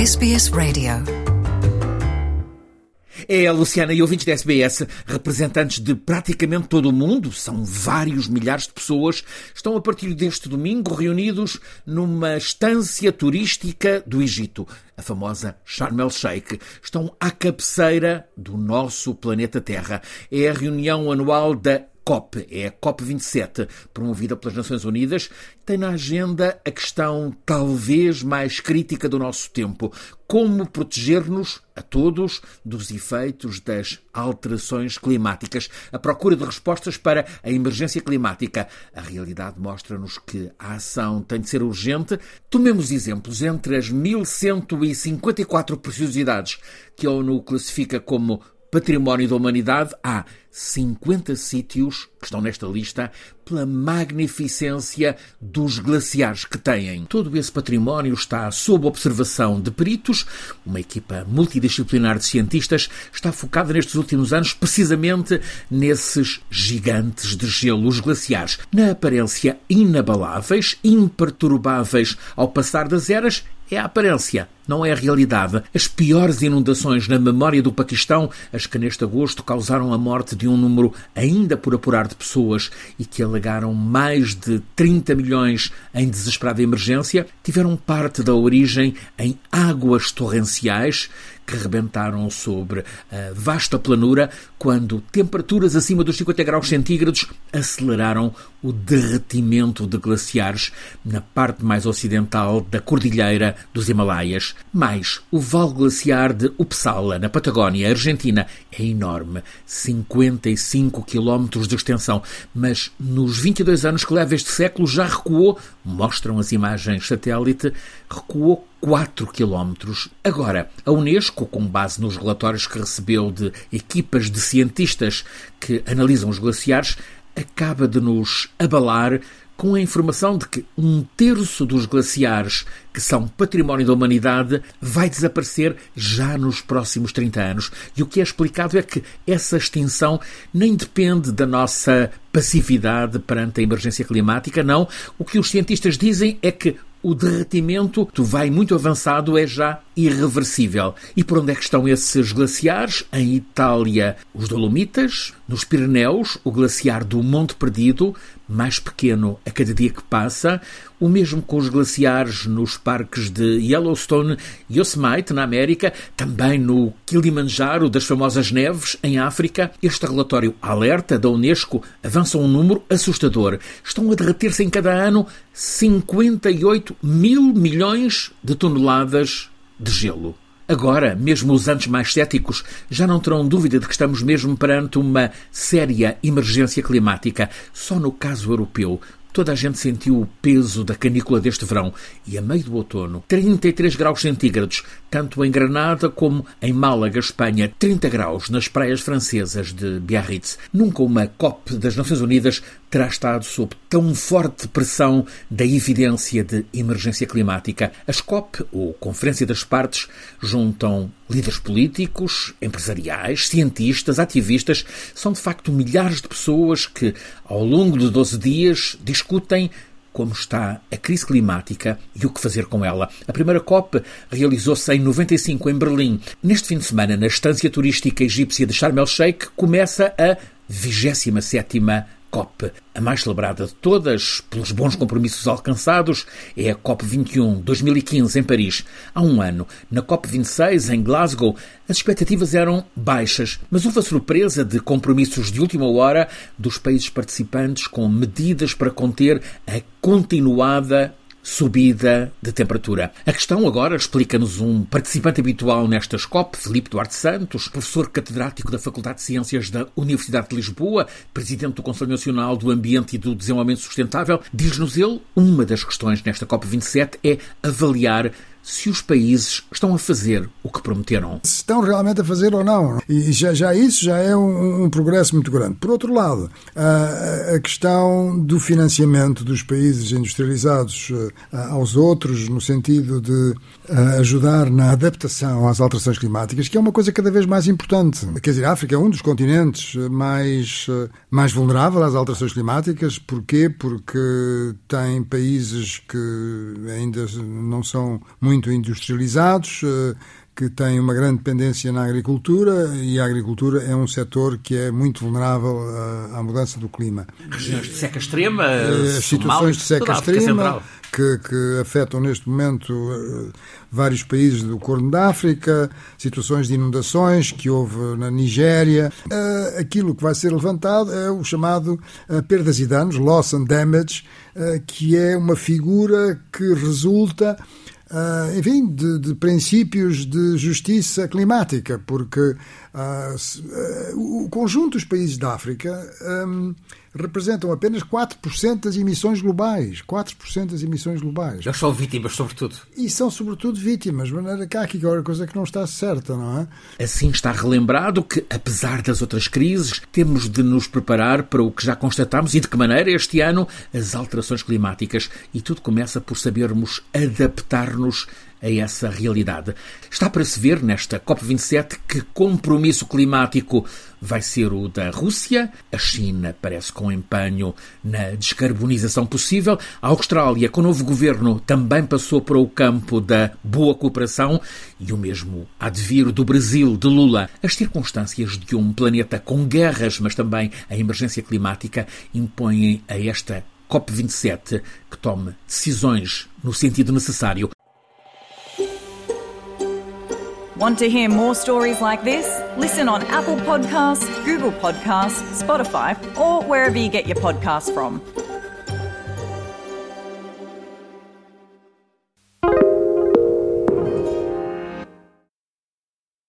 SBS Radio. É a Luciana e ouvintes da SBS, representantes de praticamente todo o mundo, são vários milhares de pessoas, estão a partir deste domingo reunidos numa estância turística do Egito, a famosa Sharm el-Sheikh. Estão à cabeceira do nosso planeta Terra. É a reunião anual da COP, é a COP27, promovida pelas Nações Unidas, tem na agenda a questão talvez mais crítica do nosso tempo: como proteger-nos a todos dos efeitos das alterações climáticas, a procura de respostas para a emergência climática. A realidade mostra-nos que a ação tem de ser urgente. Tomemos exemplos. Entre as 1154 preciosidades que a ONU classifica como Património da Humanidade, há 50 sítios que estão nesta lista pela magnificência dos glaciares que têm. Todo esse património está sob observação de peritos. Uma equipa multidisciplinar de cientistas está focada nestes últimos anos precisamente nesses gigantes de gelo, os glaciares. Na aparência inabaláveis, imperturbáveis ao passar das eras, é a aparência, não é a realidade. As piores inundações na memória do Paquistão, as que neste agosto causaram a morte de um número ainda por apurar de pessoas e que alagaram mais de 30 milhões em desesperada emergência, tiveram parte da origem em águas torrenciais que rebentaram sobre a vasta planura quando temperaturas acima dos 50 graus centígrados aceleraram o derretimento de glaciares na parte mais ocidental da Cordilheira dos Himalaias. Mais, o Vale Glaciar de Uppsala, na Patagónia, Argentina, é enorme, 55 quilómetros de extensão, mas nos 22 anos que leva este século já recuou, mostram as imagens satélite, recuou 4 quilómetros. Agora, a Unesco, com base nos relatórios que recebeu de equipas de cientistas que analisam os glaciares, acaba de nos abalar com a informação de que 1/3 dos glaciares que são património da humanidade vai desaparecer já nos próximos 30 anos. E o que é explicado é que essa extinção nem depende da nossa passividade perante a emergência climática, não. O que os cientistas dizem é que o derretimento vai muito avançado, é já irreversível. E por onde é que estão esses glaciares? Em Itália, os Dolomitas. Nos Pirineus, o glaciar do Monte Perdido, mais pequeno a cada dia que passa. O mesmo com os glaciares nos parques de Yellowstone e Yosemite, na América. Também no Kilimanjaro, das famosas neves, em África. Este relatório alerta da Unesco avança um número assustador. Estão a derreter-se em cada ano 58 mil milhões de toneladas de gelo. Agora, mesmo os antes mais céticos já não terão dúvida de que estamos mesmo perante uma séria emergência climática. Só no caso europeu, toda a gente sentiu o peso da canícula deste verão e, a meio do outono, 33 graus centígrados, tanto em Granada como em Málaga, Espanha, 30 graus nas praias francesas de Biarritz. Nunca uma COP das Nações Unidas terá estado sob tão forte pressão da evidência de emergência climática. As COP, ou Conferência das Partes, juntam líderes políticos, empresariais, cientistas, ativistas. São, de facto, milhares de pessoas que, ao longo de 12 dias, discutem como está a crise climática e o que fazer com ela. A primeira COP realizou-se em 95 em Berlim. Neste fim de semana, na estância turística egípcia de Sharm el-Sheikh, começa a 27ª COP. A mais celebrada de todas, pelos bons compromissos alcançados, é a COP21, 2015, em Paris. Há um ano, na COP26, em Glasgow, as expectativas eram baixas, mas houve a surpresa de compromissos de última hora dos países participantes com medidas para conter a continuada subida de temperatura. A questão agora explica-nos um participante habitual nestas COP, Filipe Duarte Santos, professor catedrático da Faculdade de Ciências da Universidade de Lisboa, presidente do Conselho Nacional do Ambiente e do Desenvolvimento Sustentável. Diz-nos ele, uma das questões nesta COP27 é avaliar se os países estão a fazer o que prometeram. Se estão realmente a fazer ou não. E já isso já é um progresso muito grande. Por outro lado, a questão do financiamento dos países industrializados aos outros, no sentido de ajudar na adaptação às alterações climáticas, que é uma coisa cada vez mais importante. Quer dizer, a África é um dos continentes mais vulnerável às alterações climáticas. Porquê? Porque tem países que ainda não são muito muito industrializados, que têm uma grande dependência na agricultura, e a agricultura é um setor que é muito vulnerável à mudança do clima. Regiões de seca extrema, situações de seca extrema que afetam neste momento vários países do Corno da África, situações de inundações que houve na Nigéria. Aquilo que vai ser levantado é o chamado perdas e danos, loss and damage, que é uma figura que resulta enfim, de princípios de justiça climática, porque o conjunto dos países da África representam apenas 4% das emissões globais. 4% das emissões globais. Eles são vítimas, sobretudo. E são, sobretudo, vítimas. De maneira que há aqui qualquer coisa que não está certa, não é? Assim está relembrado que, apesar das outras crises, temos de nos preparar para o que já constatámos e de que maneira este ano as alterações climáticas. E tudo começa por sabermos adaptar-nos a essa realidade. Está para se ver nesta COP27 que compromisso climático vai ser o da Rússia. A China parece com empenho na descarbonização possível. A Austrália, com o novo governo, também passou para o campo da boa cooperação, e o mesmo há de vir do Brasil, de Lula. As circunstâncias de um planeta com guerras, mas também a emergência climática, impõem a esta COP27 que tome decisões no sentido necessário. Want to hear more stories like this? Listen on Apple Podcasts, Google Podcasts, Spotify, or wherever you get your podcasts from.